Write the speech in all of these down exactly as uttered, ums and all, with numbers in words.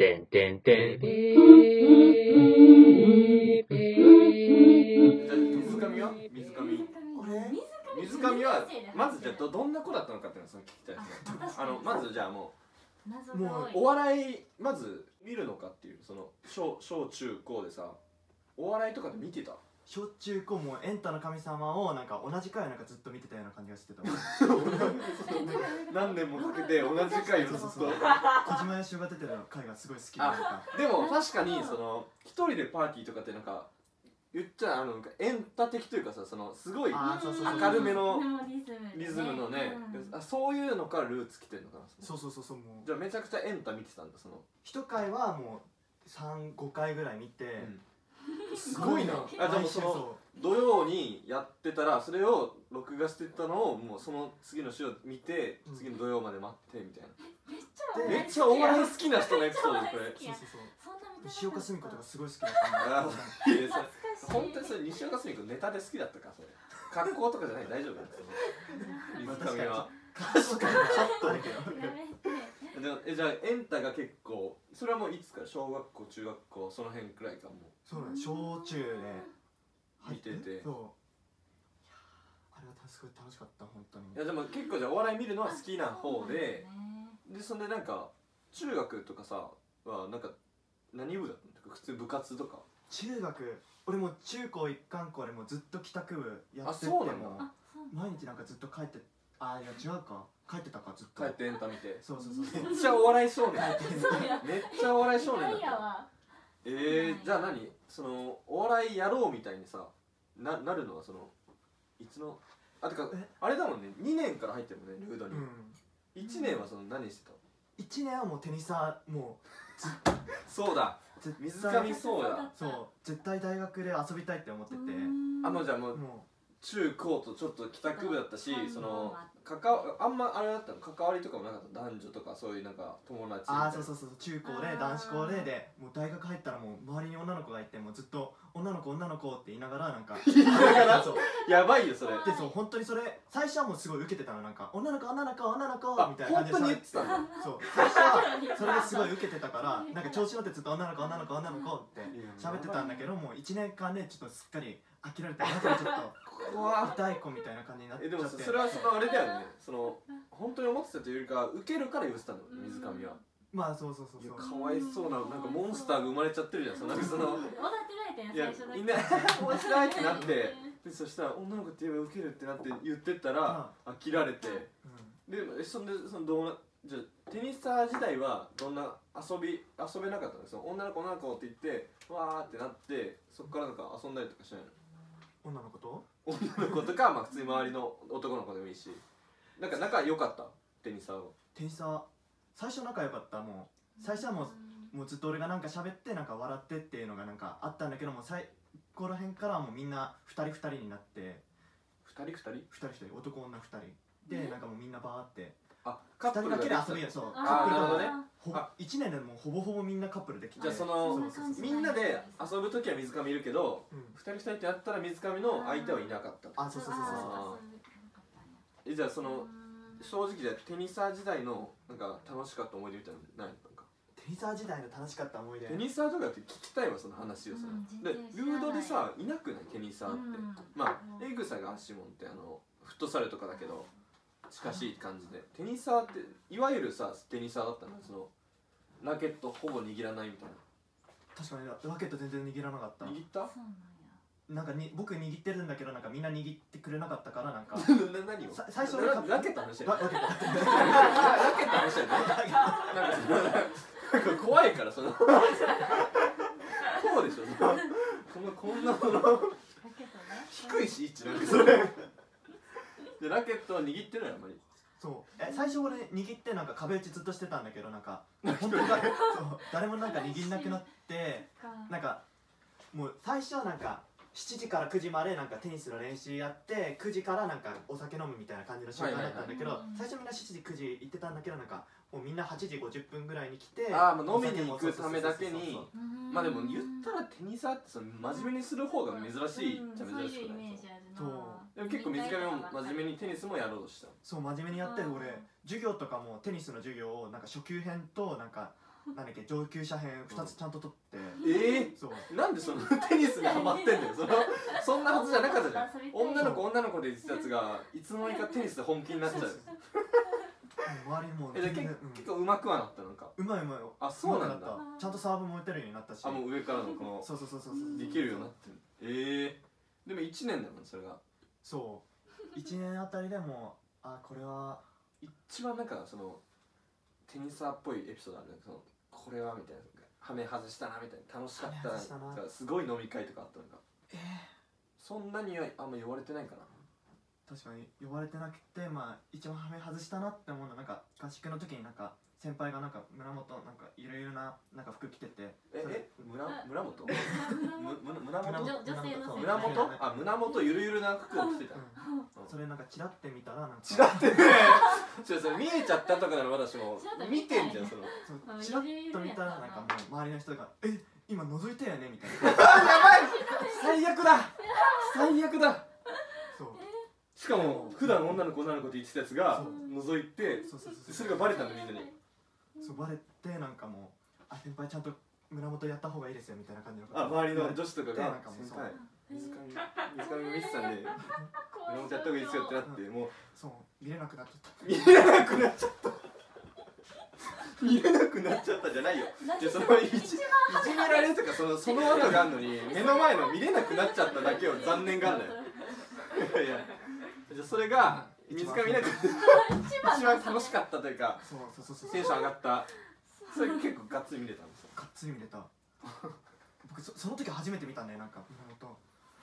てんてんてんてん。 水上は水上水上はまずじゃあ ど, どんな子だったのかっていうのをその聞きたいですね。あのまずじゃあもうもうお笑いまず見るのかっていうその小小中高でさお笑いとかで見てた？ 小中高もエンタの神様をなんか同じ回なんかずっと見てたような感じがしてた。 何年もかけて同じ回をずっと小島よしおが出てる回がすごい好きで、なんかでも確かにその一人でパーティーとかってなんか言っちゃあのエンタ的というかさ、そのすごい明るめのリズムのね、うん、そういうのからルーツ来てるのかな。 そうそうそうそう。もうじゃあめちゃくちゃエンタ見てたんだ。その一回はもうさん、ごかいぐらい見て、 うん、すごいな。あ、じゃあもうその土曜にやってたらそれを録画してたのをもうその次の週を見て、うん、次の土曜まで待ってみたいな。めっちゃお笑い好きな人のエピソードこれ。そうそうそう。 西岡澄子とかすごい好きだったんだ。 本当にそれ西岡澄子ネタで好きだったかそれ。格好とかじゃない大丈夫なんですよ。水上は。 確かにちょっとだけど。 えじゃあエンタが結構それはもういつから小学校中学校その辺くらいかもう。 そうだね。小中で見てて。 そう。あれはすごい楽しかった本当に。 いやでも結構じゃあお笑い見るのは好きな方で、でそれでなんか中学とかさはなんか何部だったの？普通部活とか。 中学俺も中高一貫校でもずっと帰宅部やってても毎日なんかずっと帰ってあいや違うか帰ってたかずっと帰ってエンタ見て。 そうそうそうめっちゃお笑い少年。めっちゃお笑い少年だった。えー、じゃあ何そのお笑いやろうみたいにさ な, なるのはそのいつのあてかあれだもんねにねんから入ってるもんねルードに、うん、いちねんはその何してた？ いちねんはもうテニサーもうそうだ水上そうだそう絶対大学で遊びたいって思っててあもうじゃあもう中高とちょっと帰宅部だったしそのかかあんまあれだったの関わりとかもなかった男女とかそういうなんか友達みたいな。 あそうそうそう中高で男子校ででもう大学入ったらもう周りに女の子がいてもうずっと女の子女の子って言いながらなんか言いながらそうやばいよそれでそう本当にそれ最初はもうすごい受けてたのなんか女の子女の子女の子みたいな感じで本当に言ってたんだ。 そう最初はそれですごい受けてたからなんか調子乗ってずっと女の子女の子女の子って喋ってたんだけどもういちねんかんでちょっとすっかり飽きられてなんかちょっと痛い子みたいな感じになっちゃって。 えでもそれはそのあれだよねその本当に思ってたというよりか受けるから言ってたの水上は。 まあそうそうそうそう。 かわいそうななんかモンスターが生まれちゃってるじゃん。そのなんかそのいやみんな面白いってなってでそしたら女の子って言えば受けるってなって言ってったら飽きられてでそんでそのどうなじゃあテニスター時代はどんな遊び遊べなかったの？その女の子女の子って言ってわーってなってそこからなんか遊んだりとかしないの？ 女の子と女の子とか、まあ、普通に周りの男の子でもいいしなんか仲良かったテニサーは。 テニサー最初仲良かった。もう最初はもう、もうずっと俺がなんか喋ってなんか笑ってっていうのがなんかあったんだけども最この辺からはもうみんなふたりふたりになってふたりふたりふたりふたり男女ふたりでなんかもうみんなバーってあカップルだけで遊びやそうあなるほどねいちねんでもうほぼほぼみんなカップルできてじゃあそのみんなで遊ぶ時は水上いるけどふたりふたりってやったら水上の相手はいなかった。 あそうそうそうそうえじゃあその正直でテニサー時代のなんか楽しかった思い出みたいなのないのか？ テニサー時代の楽しかった思い出テニサーとかって聞きたいわその話をさ、うん、でルードでさいなくないテニサーって、うん、まあエグサがアシモンってあのフットサルとかだけど近しい感じでテニサーっていわゆるさテニサーだったのそのラケットほぼ握らないみたいな。 確かにラケット全然握らなかった。 握った？ なんかに僕握ってるんだけどなんかみんな握ってくれなかったからなんか何を最初ララケットの話やラケットラケットの話やねなんか怖いからそのこうでしょそのこのこんなもの低いし位置なんかそれでラケットは握ってないあんまり。 そうえ最初俺握ってなんか壁打ちずっとしてたんだけどなんか本当にそう誰もなんか握んなくなってなんかもう最初はなんかしちじからくじまでなんかテニスの練習やってくじからなんかお酒飲むみたいな感じの習慣だったんだけど最初みんなしちじくじ行ってたんだけどなんかもうみんなはちじごじゅっぷんぐらいに来てああもう飲みに行くためだけにまあでも言ったらテニサーってその真面目にする方が珍しいじゃ珍しくないそうでも結構短めも真面目にテニスもやろうとした。 そう真面目にやって俺授業とかもテニスの授業をなんか初級編となんかなんだっけ上級者編ふたつちゃんと取って、 ええそうなんでそのテニスにハマってんだよ。そのそんなはずじゃなかったじゃん。女の子女の子で言ってたやつがいつの間にかテニスで本気になっちゃう。 周りもえじゃあ全然うん結構上手くはなったなんか。 うまいうまいよ。 あそうなんだうまくったちゃんとサーブも打てるようになったし、 あもう上からのこのそうそうそうそうそうできるようになってる。ええでもいちねんだもんそれが。 そういちねんあたりでもあこれは一番なんかそのテニサーっぽいエピソードあるね。そのこれはみたいなハメ外したなみたいな楽しかったハメ外したなすごい飲み会とかあったのか。 えー、 そんなにはあんま呼ばれてないかな。 確かに呼ばれてなくて、まあ一番ハメ外したなって思うのはなんか合宿の時になんか先輩がなんか胸元なんかいろいろななんか服着ててええ村村本むむ胸女元女性の胸元あ胸元ゆるゆるな服を着てた。 うんそれなんかチラって見たらなんかチラってねちょっとそれ見えちゃったとかなら私も見てんじゃんそのそうチラッと見たらなんかもう周りの人が「え今覗いたよね」みたいなやばい最悪だ最悪だ。 そうしかも普段女の子女の子って言ってたやつが覗いてそうそうそうそれがバレたのみんなに。 そうバレてなんかもう「あ先輩ちゃんと胸元やった方がいいですよ」みたいな感じのあ周りの女子とかがなんかもう先輩水上水上見てたんで胸元やった方がいいですよってなってもうそう見れなくなっちゃった見れなくなっちゃった見れなくなっちゃったじゃないよ。じゃそのいじいじめられるとかそのその後があるのに目の前の見れなくなっちゃっただけを残念があるんだよ。いやじゃあそれが水上見なく一番楽しかったというかそうそうそうそうテンション上がったそれ結構がっつり見れたんですよ。 がっつり見れた僕 そ, その時初めて見たねなんか胸元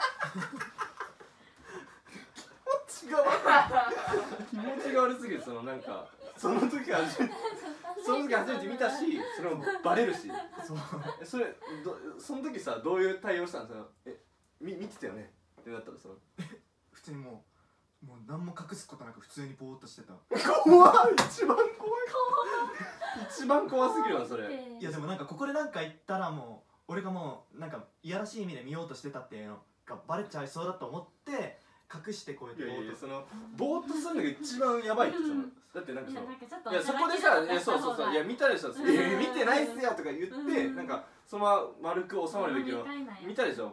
気持ちが悪い気持ちが悪すぎる。そのなんかその時初めてその時初めて見たしそれもバレるしそうえそれどその時さどういう対応したんですか。えみ見てたよねってなったらその普通にもうもう何も隠すことなく普通にぼーっとしてた怖い一番怖い一番怖すぎるわそれ。 いやでもなんかここでなんか言ったらもう俺がもうなんかいやらしい意味で見ようとしてたっていうのがバレちゃいそうだと思って隠してこうやっていやいぼーっとやそのぼーっとするのが一番やばいってそのだってなんかそのいやなんかちょっといやそこでさいやそうそうそういや見たでしょいや見てないっすよとか言ってうんなんかそのまま丸く収まるべきの見たでしょ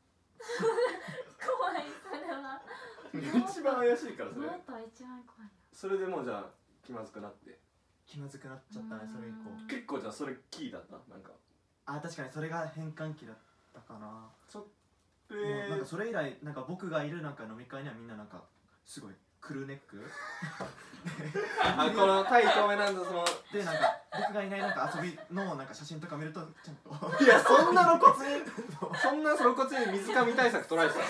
怖いそれは一番怪しいからそれもっと一番怖いそれでもうじゃあ気まずくなって気まずくなっちゃったねそれ以降結構じゃあそれキーだったなんかあ確かにそれが変換期だったかなちょっともうなんかそれ以来なんか僕がいるなんか飲み会にはみんななんかすごいクルーネックあこのタイ透明なんだそのでなんか僕がいないなんか遊びのなんか写真とか見るとちゃんといやそんな露骨にそんな露骨に水上対策取られてた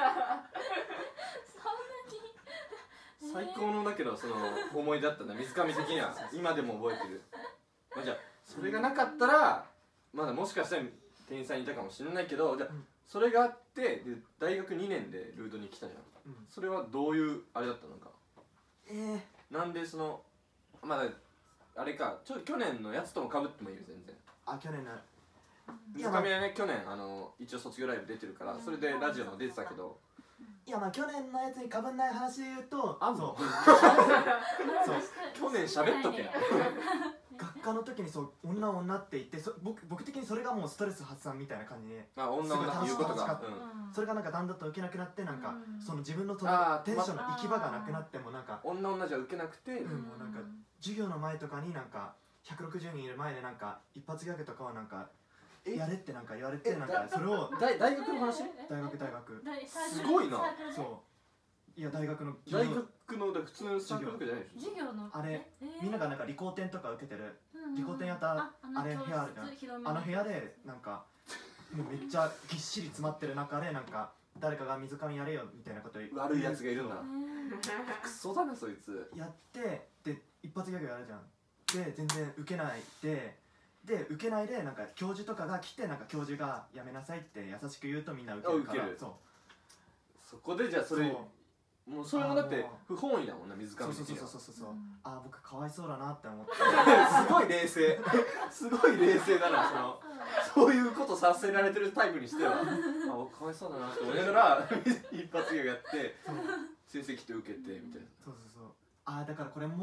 最高のだけどその思い出だったんだ水上的には今でも覚えてる。まあ、じゃあそれがなかったらまだもしかしたら店員さんいたかもしれないけどじゃあそれがあってで大学にねんでルードに来たじゃん、うん、それはどういうあれだったのかえー、なんでそのまだあれかちょっと去年のやつとも被ってもいいよ全然。 あ去年の水上はね去年あの一応卒業ライブ出てるからそれでラジオも出てたけどいやまあ去年のやつにかぶんない話で言うとあんのそう去年喋っとけ学科の時にそう女女って言ってそ 僕, 僕的にそれがもうストレス発散みたいな感じであ女女っていうことが、 うん、それがなんかだんだんと受けなくなってなんか、うん、その自分のそのテンションの行き場がなくなってもなんか女女じゃ受けなくて、 うん、もうなんか授業の前とかになんかひゃくろくじゅうにんいる前でなんか一発ギャグとかはなんかやれってなんか言われてなんかそれを大大学の話大学大学すごいなそういや大学の大学の普通の授業とかじゃないでしょ授業のあれみんながなんか理工展とか受けてる理工展やったあれ部屋あるじゃんあの部屋でなんかもうめっちゃぎっしり詰まってる中でなんか誰かが水上やれよみたいなこと言う悪いやつがいるんだクソだなそいつやってで一発ギャグやるじゃんで全然受けないでで受けないでなんか教授とかが来てなんか教授がやめなさいって優しく言うとみんな受けるからそうそこでじゃあそれもうそれもだって不本意だもんな水上的にはそうそうそうそうそう、うん、あ僕かわいそうだなって思ってすごい冷静すごい冷静だなそのそういうことさせられてるタイプにしてはあ僕かわいそうだなって思いながら一発ギャグやって成績って受けてみたいなそうそうそうあだからこれも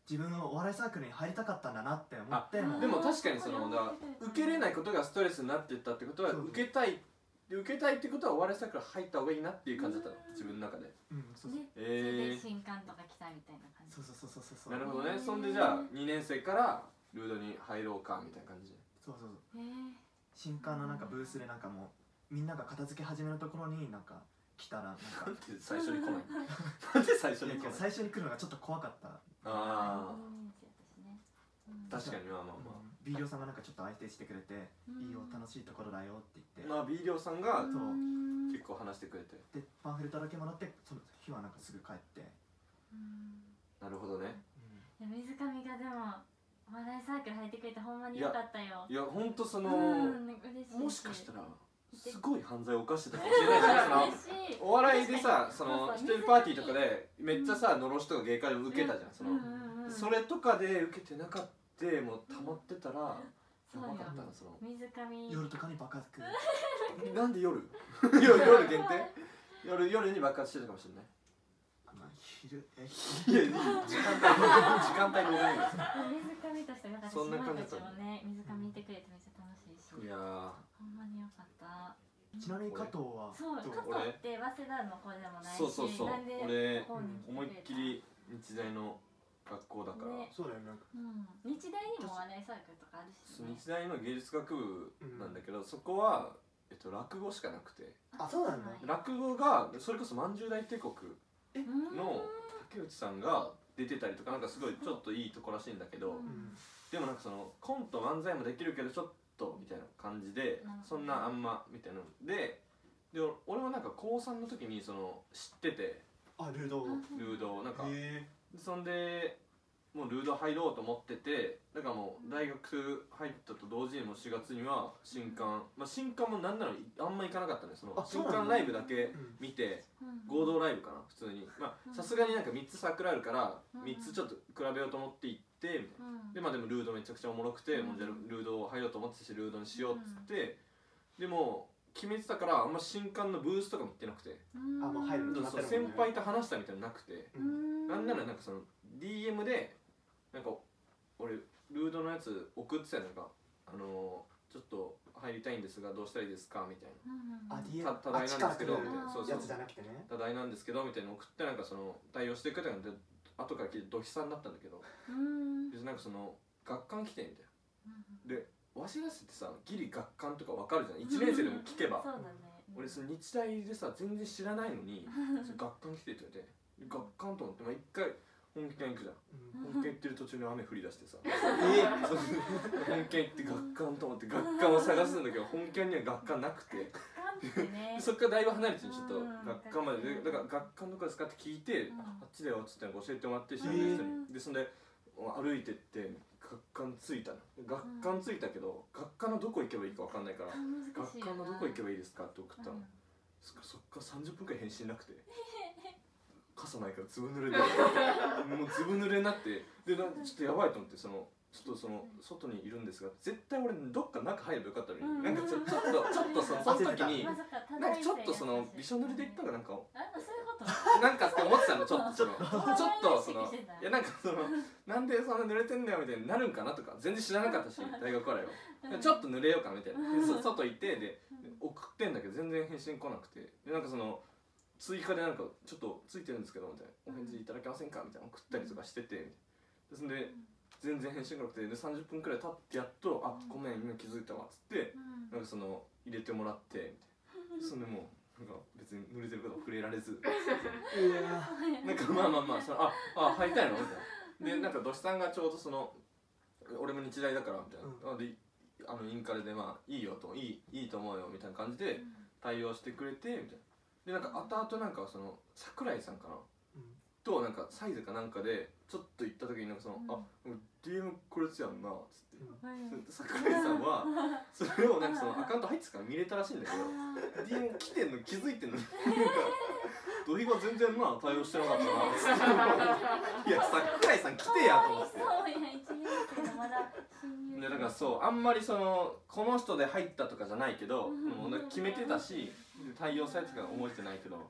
自分のお笑いサークルに入りたかったんだなって思ってもでも確かにそのだ受けれないことがストレスになっていったってことは受けたい受けたいってことはお笑いサークル入った方がいいなっていう感じだったの自分の中で。 うんそうそうね、 えー、 それで新刊とか来たみたいな感じ。 そうそうそうそうそうなるほどね。そんでじゃあにねん生からルードに入ろうかみたいな感じで。 そうそうそうへえ。 新刊のなんかブースでなんかもうみんなが片付け始めるところになんか来たらなんかなんで最初に来ないなんで最初に来ない最初に来るのがちょっと怖かった。 あいいイメージ私ね。うんあ確かにまあまあまあ、 ビーリョウさんがなんかちょっと相手してくれてうんいいよ楽しいところだよって言ってまあ B 寮さんがそううん結構話してくれて。 でパンフレットだけもらってその日はなんかすぐ帰ってうんなるほどね。 いや水上がでもお笑いサークル入ってくれてほんまによかったよ。 いやほんとその、 うん嬉しい。 もしかしたらすごい犯罪を犯してたかもしれないしその嬉しい。 お笑いでさそのそうそう一人パーティーとかでめっちゃさのろしとか芸会を受けたじゃん。そのうんうんうんそれとかで受けてなかったもう溜まってたらやばかったなその水上夜とかに爆発くるなんで夜夜夜限定夜夜に爆発してたかもしれない。 まあ昼えいやいい時間帯時間帯どうでもいいですよ。 水上としてだからそんな感じだった姉妹たちもね水上いてくれてめっちゃ楽しいし。 いやーほんまによかった。 ちなみに加藤はそう、 どう加藤って早稲田の子でもないし、 そうそうそうなんで俺ここに来てくれた思いっきり日大の学校だから、 ねそうだよなんかうん、日大にもお笑いサークルとかあるし、ね、 日大の芸術学部なんだけど、そこは、えっと、落語しかなくてあそうなんだ落語がそれこそまんじゅう大帝国うんの竹内さんが出てたりとかなんかすごいちょっといいとこらしいんだけど、 うんでもなんかそのコント漫才もできるけどちょっとみたいな感じで、 なるほどそんなあんまみたいなのでで俺はなんか高さんの時にその知っててあルードルードをなんかへそんでもうルード入ろうと思っててだからもう大学入ったと同時にもしがつには新刊、まあ、新刊もなんならあんま行かなかったねそのあそうなんだ新刊ライブだけうん見てうん合同ライブかな普通にまあさすがになんかみっつサークルあるからうんみっつちょっと比べようと思って行ってみたいなうんでまあでもルードめちゃくちゃおもろくて、 うんもうじゃあルード入ろうと思ってたしルードにしようっつって、でも決めてたからあんま新刊のブースとかも行ってなくて、 うんあもう入るのそう先輩と話したみたいなのなくて、 うんなんならなんかその ディーエム でなんか俺ルードのやつ送ってたよなんかあのー、ちょっと入りたいんですがどうしたらいいですかみたいな。 うんあ ディーエムた多大なんですけどあっちから来るみたいなそうそうやつじゃなくてね多大なんですけどみたいなの送ってなんかその対応してくれたので後から聞いてドヒさんだったんだけどうんでなんかその学館来てみたいうんなで早稲田市ってさギリ学館とかわかるじゃんいちねん生でも聞けばそうだね俺その日大でさ全然知らないのにそれ学館来てって言われて学館と思ってまあ一回本県行くじゃんうん本県行ってる途中に雨降り出してさえそう本県行って学館と思って学館を探すんだけど本県には学館なくて学館ってねそっからだいぶ離れてるちょっとうん学館まででだから学館どこですかって聞いて、 うんああっちだよっつって教えてもらって知らない人に、でそんで歩いてって学館着いたの学館着いたけど、学館のどこ行けばいいか分かんないから、 難学しいよな館のどこ行けばいいですかって送ったの、 うんそっかそっからさんじゅっぷんくらい返信なくて傘ないからずぶ濡れでもうずぶ濡れになってでなちょっとやばいと思ってそのちょっとその外にいるんですが絶対俺どっか中入ればよかったのに、 うんなんかちょちょっとちょっとそのその時にまさか多なんか大生ちょっとそのやったしびしょ濡れで行ったかなんかあそういうことなんかって思ってたのちょっとそのちょっとその意識してたいやなんかそのなんでそんな濡れてんだよみたいになるんかなとか全然知らなかったし大学からよちょっと濡れようかみたいなでそ外行ってで送ってんだけど全然返信来なくてでなんかその追加でなんかちょっとついてるんですけどみたいなお返事いただけませんかみたいな送ったりとかしててでそんで全然返信がなくてでさんじゅっぷんくらい経ってやっと「あごめん今気づいたわ」っつってうんなんかその入れてもらってみたいなそんでもうなんか別に濡れてることも触れられずうわなんかまあまあまあそのああ入りたいのみたいなでなんか土師さんがちょうどその俺も日大だからみたいな、あであのインカレでまあいいよといいいいと思うよみたいな感じで対応してくれてみたいなでなんか後々なんかその桜井さんかなとなんかサイズかなんかでちょっと行った時になんかその、 うんあもう ディーエム これつやんなっつって、 うん桜井さんはそれをなんかそのアカウント入ってたから見れたらしいんだけど ディーエム 来てんの気づいてんのにドヒが全然まあ対応してなかったなっつっていや桜井さん来てやと思ってそうやいちねん生のまだ新入でだからそうあんまりそのこの人で入ったとかじゃないけど、 うんもうなんか決めてたし対応されてたか覚えてないけど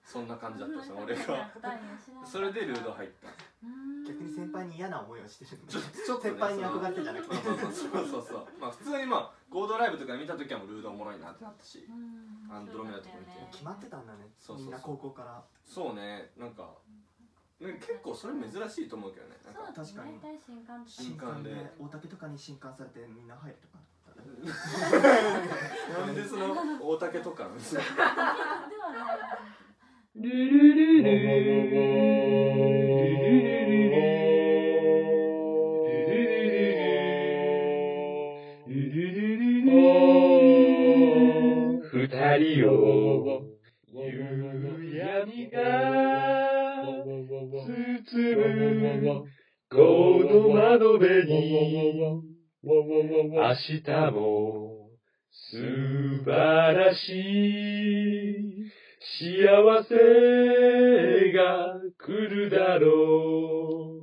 そんな感じだったし俺がそれでルード入った。 逆に先輩に嫌な思いをしてるんでちょちょっと、ね、 先輩に憧れてじゃなくてそうそうそうまあ普通にまあ合同ライブとか見た時はもうルードおもろいなってなったし、アンドロメダとか見て決まってたんだね。 そうそうそうみんな高校から。 そうね、なんか結構それ珍しいと思うけどね。なんか確かに新刊で大竹とかに新刊されてみんな入るとかなんでその大竹とかなんですよ。ルルルルル二人を夕闇が包むこの窓辺に明日も素晴らしい幸せが来るだろう。